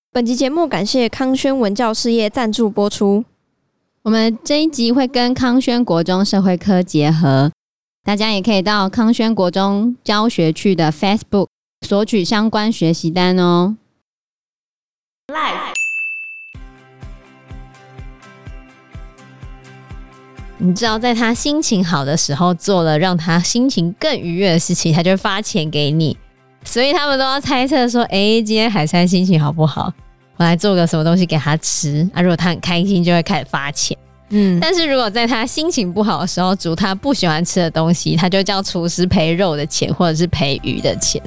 本集节目感谢康轩文教事业赞助播出。 我们这一集会跟康轩国中社会科结合，大家也可以到康轩国中教学区的 Facebook 索取相关学习单哦。你知道在他心情好的时候做了让他心情更愉悦的事情，他就会发钱给你，所以他们都要猜测说今天海山心情好不好，我来做个什么东西给他吃啊，如果他很开心就会开始发钱。但是如果在他心情不好的时候煮他不喜欢吃的东西，他就叫厨师赔肉的钱或者是赔鱼的钱。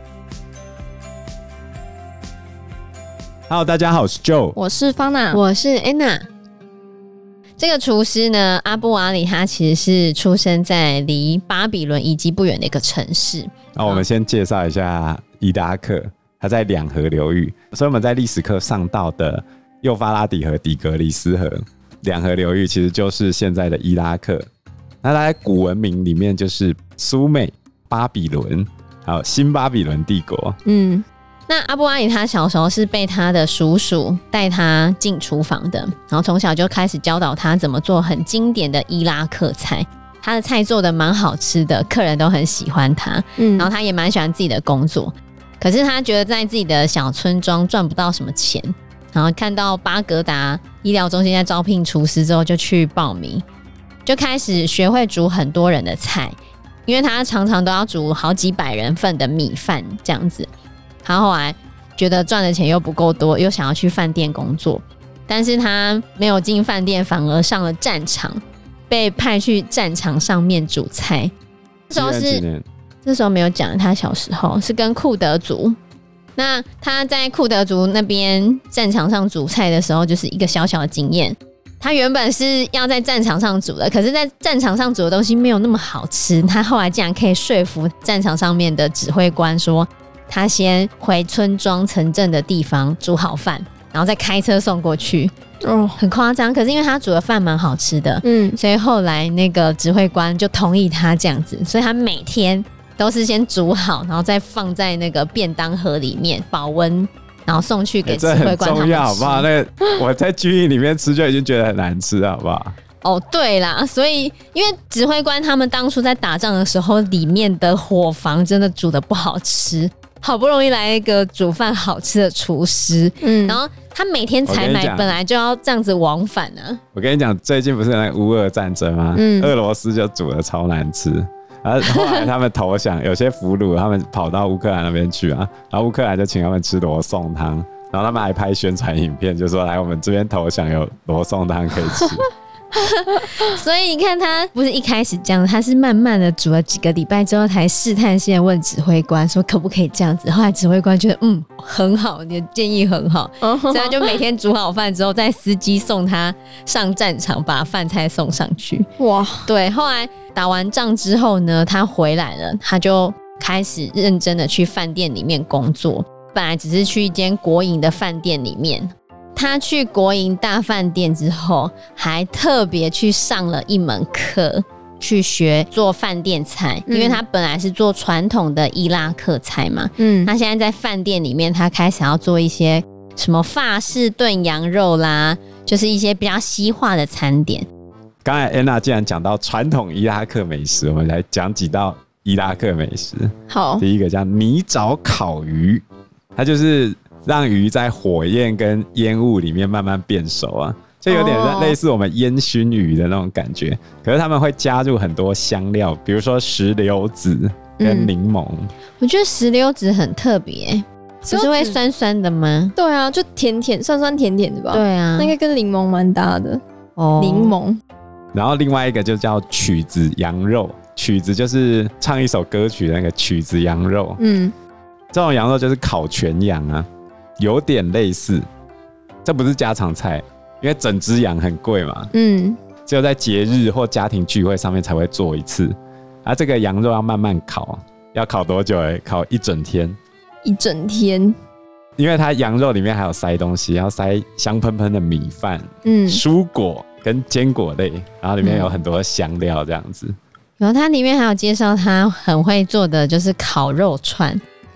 Hello， 大家好，我是 Joe， 我是方娜， 我是 Anna。这个厨师呢，阿布瓦里，他其实是出生在离巴比伦遗迹不远的一个城市。 那我们先介绍一下伊拉克，它在两河流域，所以我们在历史课上到的幼发拉底河、底格里斯河两河流域，其实就是现在的伊拉克。那它在古文明里面就是苏美、巴比伦，还有新巴比伦帝国。 那阿布阿里他小时候是被他的叔叔带他进厨房的，然后从小就开始教导他怎么做很经典的伊拉克菜。他的菜做的蛮好吃的，客人都很喜欢他。然后他也蛮喜欢自己的工作，可是他觉得在自己的小村庄赚不到什么钱，然后看到巴格达医疗中心在招聘厨师之后，就去报名，就开始学会煮很多人的菜，因为他常常都要煮好几百人份的米饭这样子。他后来觉得赚的钱又不够多，又想要去饭店工作，但是他没有进饭店，反而上了战场，被派去战场上面煮菜。这时候没有讲他小时候是跟库德族。那他在库德族那边战场上煮菜的时候，就是一个小小的经验。他原本是要在战场上煮的，可是在战场上煮的东西没有那么好吃。他后来竟然可以说服战场上面的指挥官说，他先回村庄城镇的地方煮好饭，然后再开车送过去。很夸张，可是因为他煮的饭蛮好吃的，所以后来那个指挥官就同意他这样子，所以他每天都是先煮好，然后再放在那个便当盒里面保温，然后送去给指挥官他们吃。这很重要，好不好？我在军营里面吃就已经觉得很难吃，好不好？ 对啦，所以因为指挥官他们当初在打仗的时候，里面的伙房真的煮的不好吃。好不容易来一个煮饭好吃的厨师，然后他每天采买本来就要这样子往返啊。 我跟你讲，最近不是那个乌俄战争吗？俄罗斯就煮的超难吃，然后后来他们投降，有些俘虏他们跑到乌克兰那边去啊，然后乌克兰就请他们吃罗宋汤，然后他们还拍宣传影片，就说来我们这边投降有罗宋汤可以吃。 所以你看他不是一开始这样，他是慢慢的煮了几个礼拜之后才试探性的问指挥官说可不可以这样子，后来指挥官觉得很好，你的建议很好，所以他就每天煮好饭之后再司机送他上战场把饭菜送上去。哇，对，后来打完仗之后呢，他回来了，他就开始认真的去饭店里面工作，本来只是去一间国营的饭店里面，他去国营大饭店之后，还特别去上了一门课，去学做饭店菜，因为他本来是做传统的伊拉克菜嘛。他现在在饭店里面，他开始要做一些什么法式炖羊肉啦，就是一些比较西化的餐点。 刚才 Anna 既然讲到传统伊拉克美食，我们来讲几道伊拉克美食。 好， 第一个叫泥沼烤鱼，它就是让鱼在火焰跟烟雾里面慢慢变熟啊，就有点类似我们烟熏鱼的那种感觉。可是他们会加入很多香料，比如说石榴籽跟柠檬。 我觉得石榴籽很特别，不是会酸酸的吗？ 对啊，就甜甜酸酸甜甜的吧。 对啊， 那个跟柠檬蛮搭的。柠檬。 然后另外一个就叫曲子羊肉，曲子就是唱一首歌曲的那个曲子羊肉。这种羊肉就是烤全羊啊，有点类似，这不是家常菜，因为整只羊很贵嘛，只有在节日或家庭聚会上面才会做一次。啊，这个羊肉要慢慢烤，要烤多久？烤一整天。 一整天， 因为它羊肉里面还有塞东西，要塞香喷喷的米饭、蔬果跟坚果类，然后里面有很多香料这样子。 然后它里面还有介绍他很会做的就是烤肉串。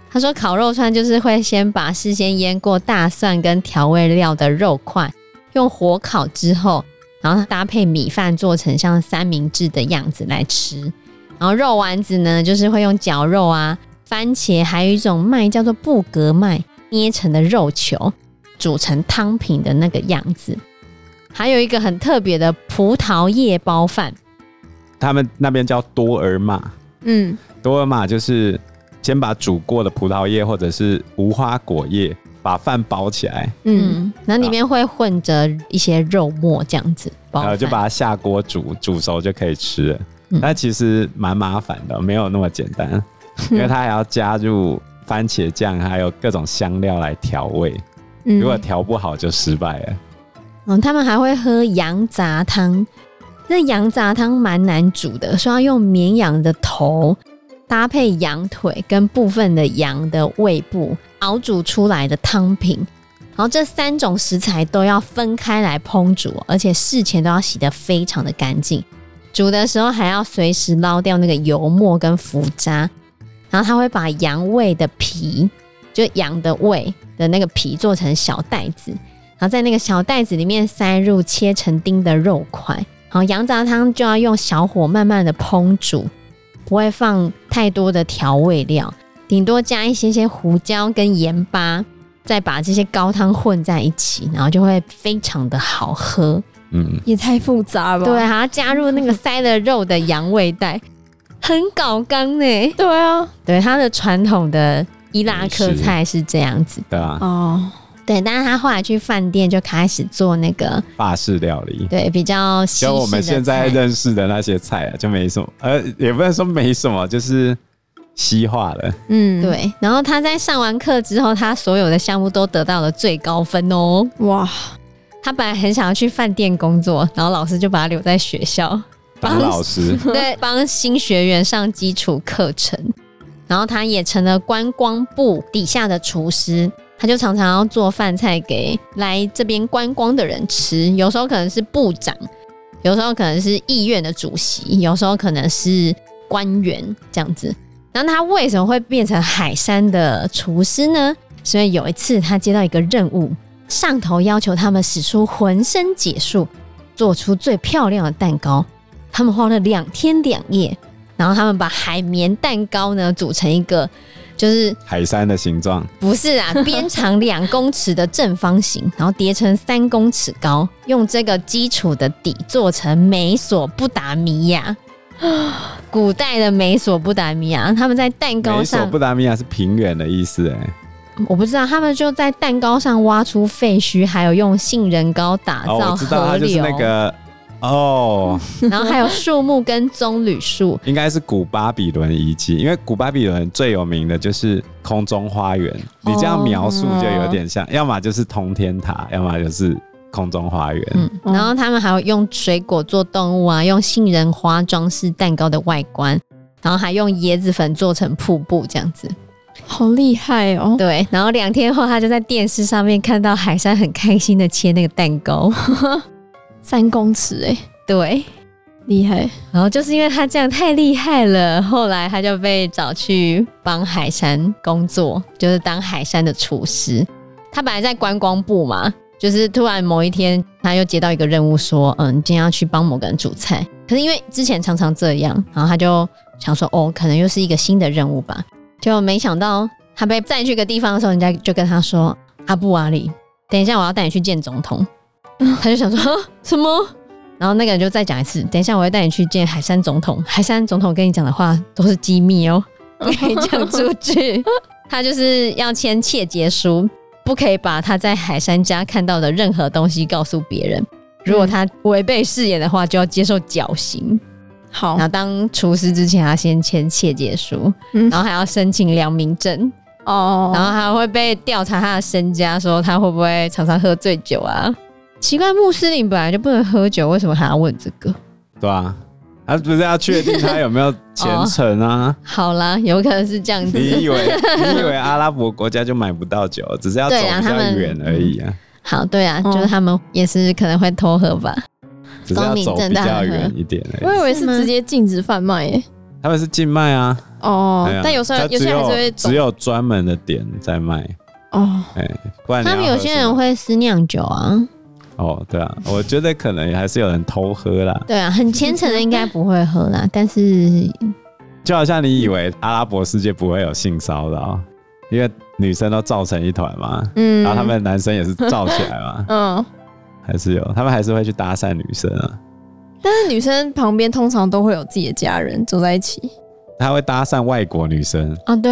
他说烤肉串就是会先把事先腌过大蒜跟调味料的肉块用火烤之后，然后搭配米饭做成像三明治的样子来吃。然后肉丸子呢，就是会用绞肉啊、番茄，还有一种麦叫做布格麦捏成的肉球，煮成汤品的那个样子。还有一个很特别的葡萄叶包饭， 他们那边叫多尔玛。多尔玛就是先把煮过的葡萄叶或者是无花果叶把饭包起来， 那里面会混着一些肉末这样子包饭， 就把它下锅煮熟就可以吃了。但其实蛮麻烦的，没有那么简单，因为它还要加入番茄酱还有各种香料来调味，如果调不好就失败了。 他们还会喝羊杂汤，那羊杂汤蛮难煮的，说要用绵羊的头搭配羊腿跟部分的羊的胃部熬煮出来的汤品，然后这3种食材都要分开来烹煮，而且事前都要洗得非常的干净，煮的时候还要随时捞掉那个油沫跟浮渣。然后他会把羊胃的皮，就羊的胃的那个皮做成小袋子，然后在那个小袋子里面塞入切成丁的肉块，然后羊杂汤就要用小火慢慢的烹煮，不会放太多的调味料，顶多加一些胡椒跟盐巴，再把这些高汤混在一起，然后就会非常的好喝。 也太复杂了吧？ 对，还要加入那个塞了肉的羊味袋，很搞纲呢。 对啊， 对，它的传统的伊拉克菜是这样子。 对啊， 对，但是他后来去饭店就开始做那个法式料理， 对，比较西式的菜， 就我们现在认识的那些菜就没什么，也不能说没什么，就是西化了。 对。然后他在上完课之后，他所有的项目都得到了最高分哦。 哇！ 他本来很想要去饭店工作，然后老师就把他留在学校当老师， 对，帮新学员上基础课程。然后他也成了观光部底下的厨师，他就常常要做饭菜给来这边观光的人吃，有时候可能是部长，有时候可能是议院的主席，有时候可能是官员这样子。然后他为什么会变成海山的厨师呢？所以有一次他接到一个任务，上头要求他们使出浑身解数做出最漂亮的蛋糕，他们花了2天2夜，然后他们把海绵蛋糕呢组成一个就是海山的形状， 不是啊，边长2公尺的正方形，然后叠成3公尺高，用这个基础的底做成美索不达米亚。古代的美索不达米亚，他们在蛋糕上， 美索不达米亚是平原的意思我不知道，他们就在蛋糕上挖出废墟，还有用杏仁膏打造河流， 我知道它就是那个然后还有树木跟棕榈树， 应该是古巴比伦遗迹，因为古巴比伦最有名的就是空中花园，你这样描述就有点像，要么就是通天塔，要么就是空中花园。 然后他们还有用水果做动物啊，用杏仁花装饰蛋糕的外观，然后还用椰子粉做成瀑布这样子。 好厉害哦！ 对，然后2天后，他就在电视上面看到海山很开心的切那个蛋糕 ，3公尺对， 厉害。 然后就是因为他这样太厉害了，后来他就被找去帮海山工作，就是当海山的厨师。他本来在观光部嘛，就是突然某一天他又接到一个任务说，你今天要去帮某个人煮菜。可是因为之前常常这样，然后他就想说，可能又是一个新的任务吧。就没想到他被载去一个地方的时候，人家就跟他说，阿布阿里，等一下我要带你去见总统。他就想说什么？然后那个人就再讲一次，等一下我会带你去见海山总统，海山总统跟你讲的话都是机密哦，不可以讲出去。他就是要签切结书，不可以把他在海山家看到的任何东西告诉别人，如果他违背誓言的话就要接受绞刑。 好， 然后当厨师之前要先签切结书，然后还要申请良民证然后还会被调查他的身家，说他会不会常常喝醉酒啊。奇怪，穆斯林本来就不能喝酒，为什么还要问这个？ 对啊，他不是要确定他有没有虔诚啊？ 好啦，有可能是这样子。 你以为阿拉伯国家就买不到酒，只是要走比较远而已啊？ 好，对啊，就是他们也是可能会偷喝吧， 只是要走比较远一点而已。 我以为是直接禁止贩卖他们是禁卖啊。 但有些人还是会只有专门的店在卖。不然他们有些人会私酿酒啊。 对啊，我觉得可能还是有人偷喝啦。 对啊，很虔诚的应该不会喝啦，但是就好像你以为阿拉伯世界不会有性骚扰，因为女生都罩成一团嘛，然后他们男生也是罩起来嘛，还是有，他们还是会去搭讪女生啊。 但是女生旁边通常都会有自己的家人走在一起， 他会搭讪外国女生。 对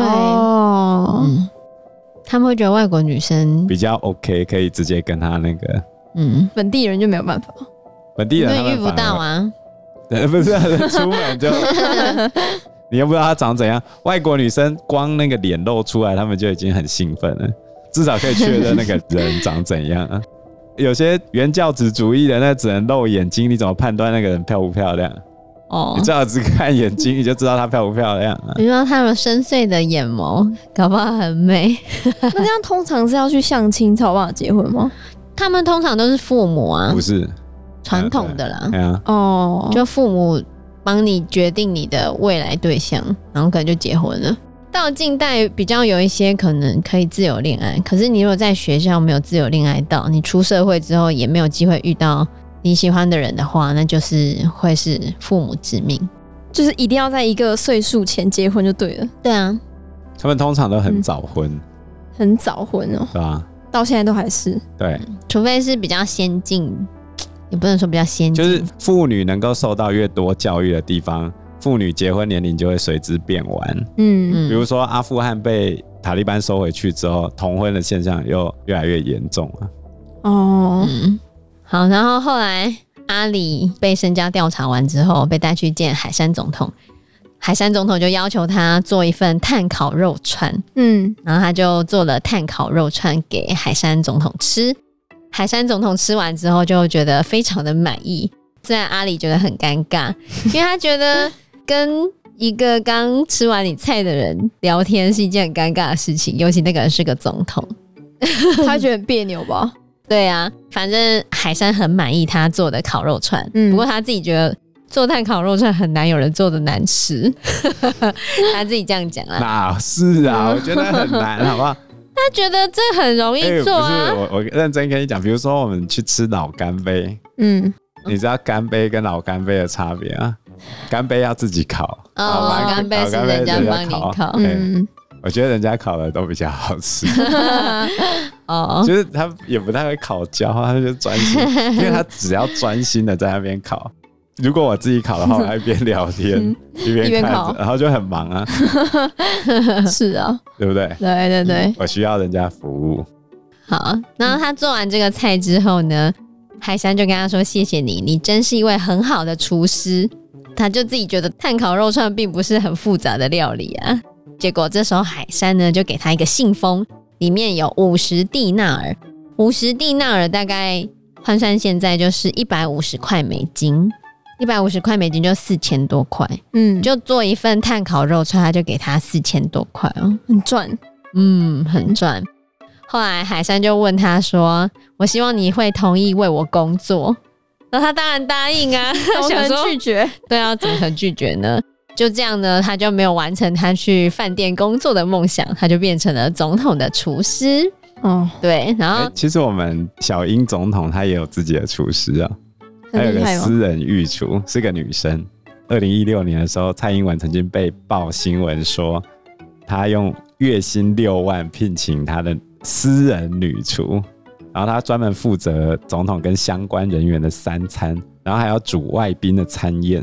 他们会觉得外国女生比较 OK， 可以直接跟他那个。 本地人就没有办法， 本地人他们遇不到啊。 不是出门就你又不知道他长怎样。外国女生光那个脸露出来，他们就已经很兴奋了，至少可以确认那个人长怎样啊。有些原教旨主义的那只能露眼睛，你怎么判断那个人漂不漂亮？你最好只看眼睛，你就知道她漂不漂亮啊。 你知道他们深邃的眼眸，搞不好很美。 那这样通常是要去相亲才有办法结婚吗？ 他们通常都是父母啊， 不是传统的啦。就父母帮你决定你的未来对象，然后可能就结婚了。到近代比较有一些可能可以自由恋爱，可是你如果在学校没有自由恋爱到，你出社会之后也没有机会遇到你喜欢的人的话，那就是会是父母之命， 就是一定要在一个岁数前结婚就对了。 对啊， 他们通常都很早婚， 很早婚哦， 对吧？ 到现在都还是对， 除非是比较先进，也不能说比较先进， 就是妇女能够受到越多教育的地方，妇女结婚年龄就会随之变晚。比如说阿富汗被塔利班收回去之后，同婚的现象又越来越严重了。 好，然后后来阿里被身家调查完之后，被带去见海山总统。海山总统就要求他做一份炭烤肉串，然后他就做了炭烤肉串给海山总统吃。海山总统吃完之后就觉得非常的满意，虽然阿里觉得很尴尬，因为他觉得跟一个刚吃完你菜的人聊天是一件很尴尬的事情，尤其那个人是个总统， 他觉得很别扭吧？ 对啊，反正海山很满意他做的烤肉串，不过他自己觉得做炭烤肉串很难有人做的难吃，他自己这样讲啊。 哪是啊，我觉得很难，好不好？ 他觉得这很容易做啊。 不是我认真跟你讲，比如说我们去吃老干杯，你知道干杯跟老干杯的差别啊？干杯要自己烤， 老干杯是人家帮你烤。 我觉得人家烤的都比较好吃。就是他也不太会烤焦，他就专心，因为他只要专心的在那边烤。如果我自己烤的话，我还一边聊天一边看着，然后就很忙啊。 是啊， 对不对？ 对对对， 我需要人家服务。 好，然后他做完这个菜之后呢，海山就跟他说：“谢谢你，你真是一位很好的厨师。”他就自己觉得炭烤肉串并不是很复杂的料理啊。结果这时候海山呢就给他一个信封，里面有50蒂纳尔，50蒂纳尔大概换算现在就是150块美金。150块美金就4000多块，就做一份炭烤肉串，他就给他4000多块哦， 很赚， 很赚。后来海山就问他说：“我希望你会同意为我工作。”然后他当然答应啊， 怎么可能拒绝？ 对啊，怎么可能拒绝呢？就这样呢，他就没有完成他去饭店工作的梦想，他就变成了总统的厨师。对，然后其实我们小英总统他也有自己的厨师啊。还有个私人御厨，是个女生。2016年的时候，蔡英文曾经被爆新闻说，她用月薪6万聘请她的私人女厨，然后她专门负责总统跟相关人员的3餐，然后还要煮外宾的餐宴。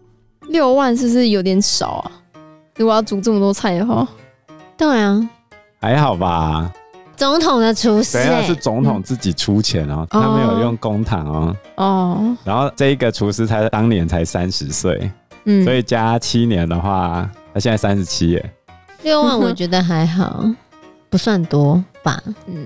6万是不是有点少啊？如果要煮这么多菜的话， 对啊， 还好吧。 总统的厨师， 等一下是总统自己出钱哦，他没有用公帑哦。然后这一个厨师当年才30岁，所以加7年的话，他现在37耶。 6万我觉得还好，不算多吧。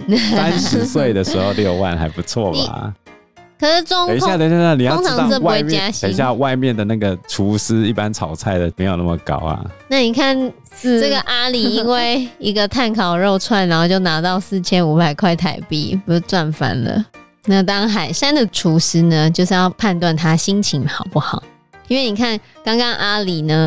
30岁的时候6万还不错吧？ 可是等一下， 你要知道外面， 等一下外面的那个厨师一般炒菜的没有那么高啊。 那你看这个阿里，因为一个炭烤肉串，然后就拿到4500块台币，不是赚翻了？那当海山的厨师呢，就是要判断他心情好不好，因为你看刚刚阿里呢，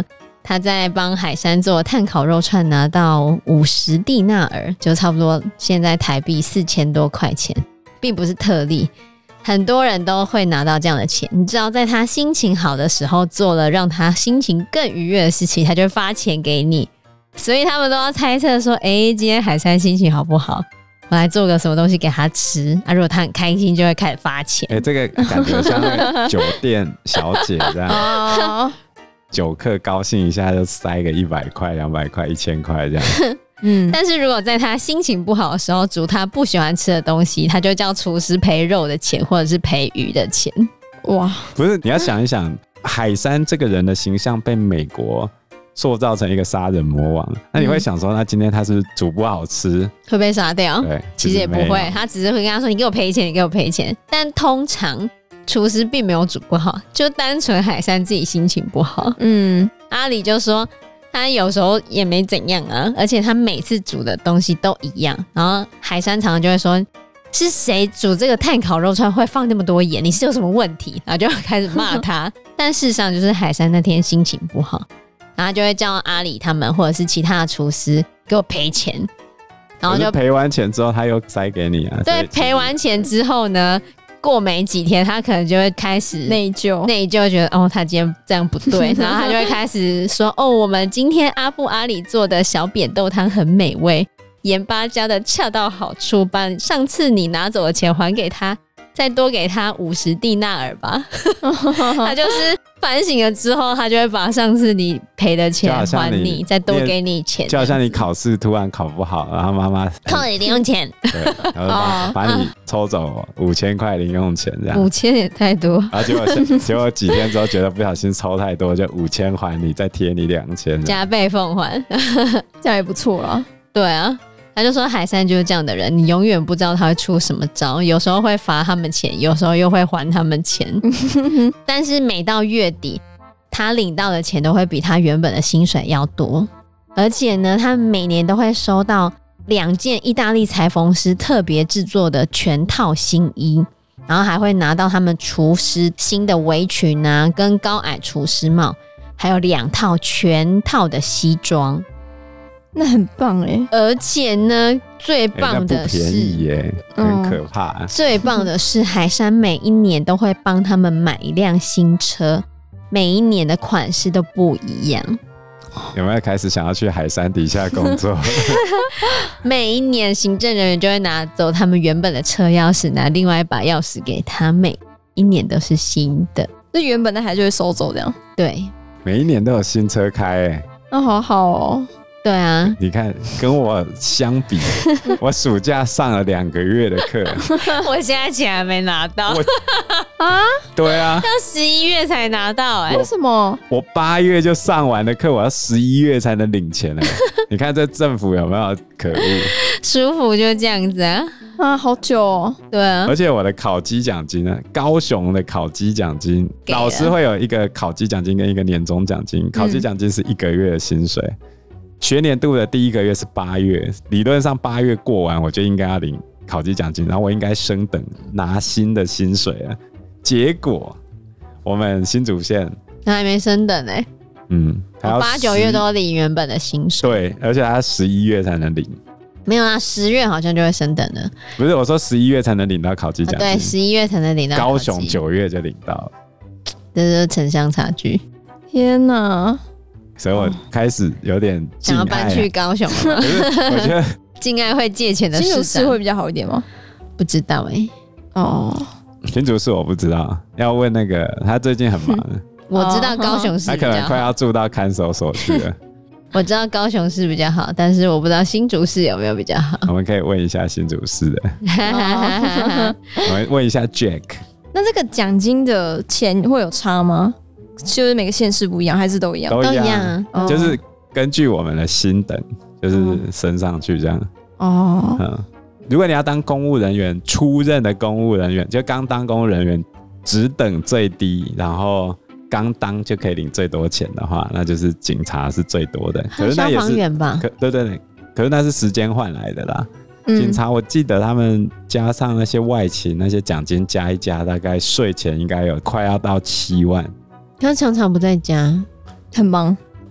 他在帮海山做炭烤肉串拿到50蒂纳尔，就差不多现在台币4000多块钱，并不是特例，很多人都会拿到这样的钱。你知道在他心情好的时候做了让他心情更愉悦的事情，他就会发钱给你，所以他们都要猜测说今天海山心情好不好，我来做个什么东西给他吃啊，如果他很开心就会开始发钱。 这个感觉像那个酒店小姐这样酒客高兴一下就塞个100块、200块、1000块这样。 但是如果在他心情不好的时候煮他不喜欢吃的东西，他就叫厨师赔肉的钱或者是赔鱼的钱。 哇， 不是，你要想一想，海山这个人的形象被美国塑造成一个杀人魔王，那你会想说，那今天他是不是煮不好吃会被杀掉？ 对， 其实也不会，他只是会跟他说你给我赔钱，你给我赔钱。但通常厨师并没有煮不好，就单纯海山自己心情不好。阿里就说他有时候也没怎样啊，而且他每次煮的东西都一样。然后海山常常就会说，是谁煮这个炭烤肉串会放那么多盐？你是有什么问题？然后就开始骂他。但事实上就是海山那天心情不好，然后就会叫阿里他们或者是其他的厨师给我赔钱，然后就赔完钱之后他又塞给你啊。 对，赔完钱之后呢，过没几天他可能就会开始内疚， 觉得他今天这样不对，然后他就会开始说我们今天阿布阿里做的小扁豆汤很美味，盐巴加的恰到好处，把上次你拿走的钱还给他，再多给他50蒂纳尔吧。他就是反省了之后，他就会把上次你赔的钱还你，再多给你钱。 就好像你考试突然考不好，然后妈妈扣你零用钱， 对，然后把你抽走5000块零用钱这样。 5000也太多。 然后结果几天之后觉得不小心抽太多，就5000还你，再贴你2000， 加倍奉还， 这样也不错啦。 对啊。他就说海山就是这样的人，你永远不知道他会出什么招，有时候会罚他们钱，有时候又会还他们钱。但是每到月底他领到的钱都会比他原本的薪水要多，而且呢他每年都会收到2件意大利裁缝师特别制作的全套新衣，然后还会拿到他们厨师新的围裙啊，跟高矮厨师帽，还有2套全套的西装。 那很棒而且呢最棒的是， 那不便宜耶，很可怕。 最棒的是海山每一年都会帮他们买一辆新车，每一年的款式都不一样。 有没有开始想要去海山底下工作？ 每一年行政人员就会拿走他们原本的车钥匙，拿另外一把钥匙给他，每一年都是新的。 那原本的还就会收走这样？ 对， 每一年都有新车开那好好哦。 对啊， 你看跟我相比，我暑假上了2个月的课， 我现在钱还没拿到对啊， 要11月才拿到为什么？ 我8月就上完的课，我要11月才能领钱你看这政府有没有可恶？ 舒服就这样子啊， 好久哦。 对啊， 而且我的考绩奖金呢，高雄的考绩奖金，老师会有一个考绩奖金跟一个年终奖金，考绩奖金是1个月的薪水。学年度的第1个月是8月，理论上8月过完我就应该要领考绩奖金，然后我应该升等拿新的薪水了。结果我们新竹县那还没升等还要 8、9月都领原本的薪水。 对，而且还要11月才能领。 没有啊，10月好像就会升等了。 不是，我说11月才能领到考绩奖金。 对，11月才能领到考绩。 高雄9月就领到了， 这是城乡差距。 天哪！ 所以我开始有点想要搬去高雄了吗？ 我觉得敬爱会借钱的市长， 新竹市会比较好一点吗？ 不知道新竹市我不知道，要问那个他最近很忙。 我知道高雄市他比较好， 可能快要住到看守所去了。 我知道高雄市比较好，但是我不知道新竹市有没有比较好。 我们可以问一下新竹市的，我们问一下 Jack。 那这个奖金的钱会有差吗？就是每个县市不一样，还是都一样？ 都一样啊， 就是根据我们的薪等，就是升上去这样。如果你要当公务人员，初任的公务人员，就刚当公务人员，职等最低，然后刚当就可以领最多钱的话，那就是警察是最多的。可是那也是消防员吧？ 对，可是那是时间换来的啦。警察我记得他们加上那些外勤那些奖金加一加，大概税前应该有快要到7万。 他常常不在家， 很忙。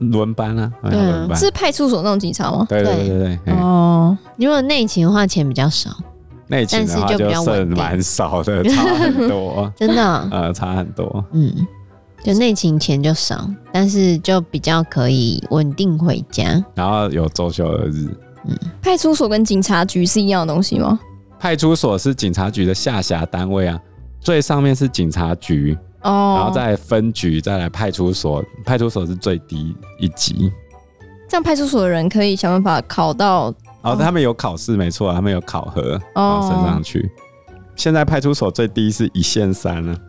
轮班啊， 对啊轮班是派出所那种警察吗？ 对对对对对。 哦， 如果内勤的话，钱比较少， 内勤的话但是就比较稳定剩蛮少的，差很多， 真的， 差很多。 就内勤钱就少，但是就比较可以稳定回家， 然后有周休2日。 派出所跟警察局是一样的东西吗？ 派出所是警察局的下辖单位啊，最上面是警察局，然后再分局，再来派出所，派出所是最低一级。 这样派出所的人可以想办法考到。 他们有考试，没错，他们有考核，然后升上去。现在派出所最低是1线3了。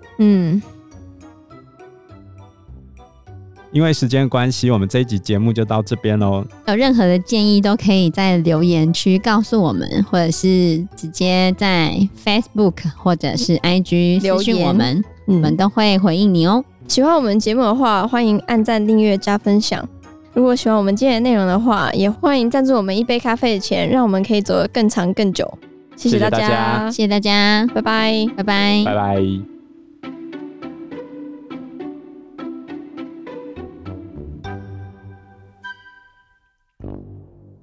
因为时间关系，我们这一集节目就到这边咯。 有任何的建议都可以在留言区告诉我们，或者是直接在 Facebook 或者是 IG 私讯我们，我们都会回应你哦。 喜欢我们节目的话，欢迎按赞、订阅、加分享。如果喜欢我们今天的内容的话，也欢迎赞助我们一杯咖啡的钱，让我们可以走得更长更久。谢谢大家， 谢谢大家， 拜拜， 拜拜， 拜拜。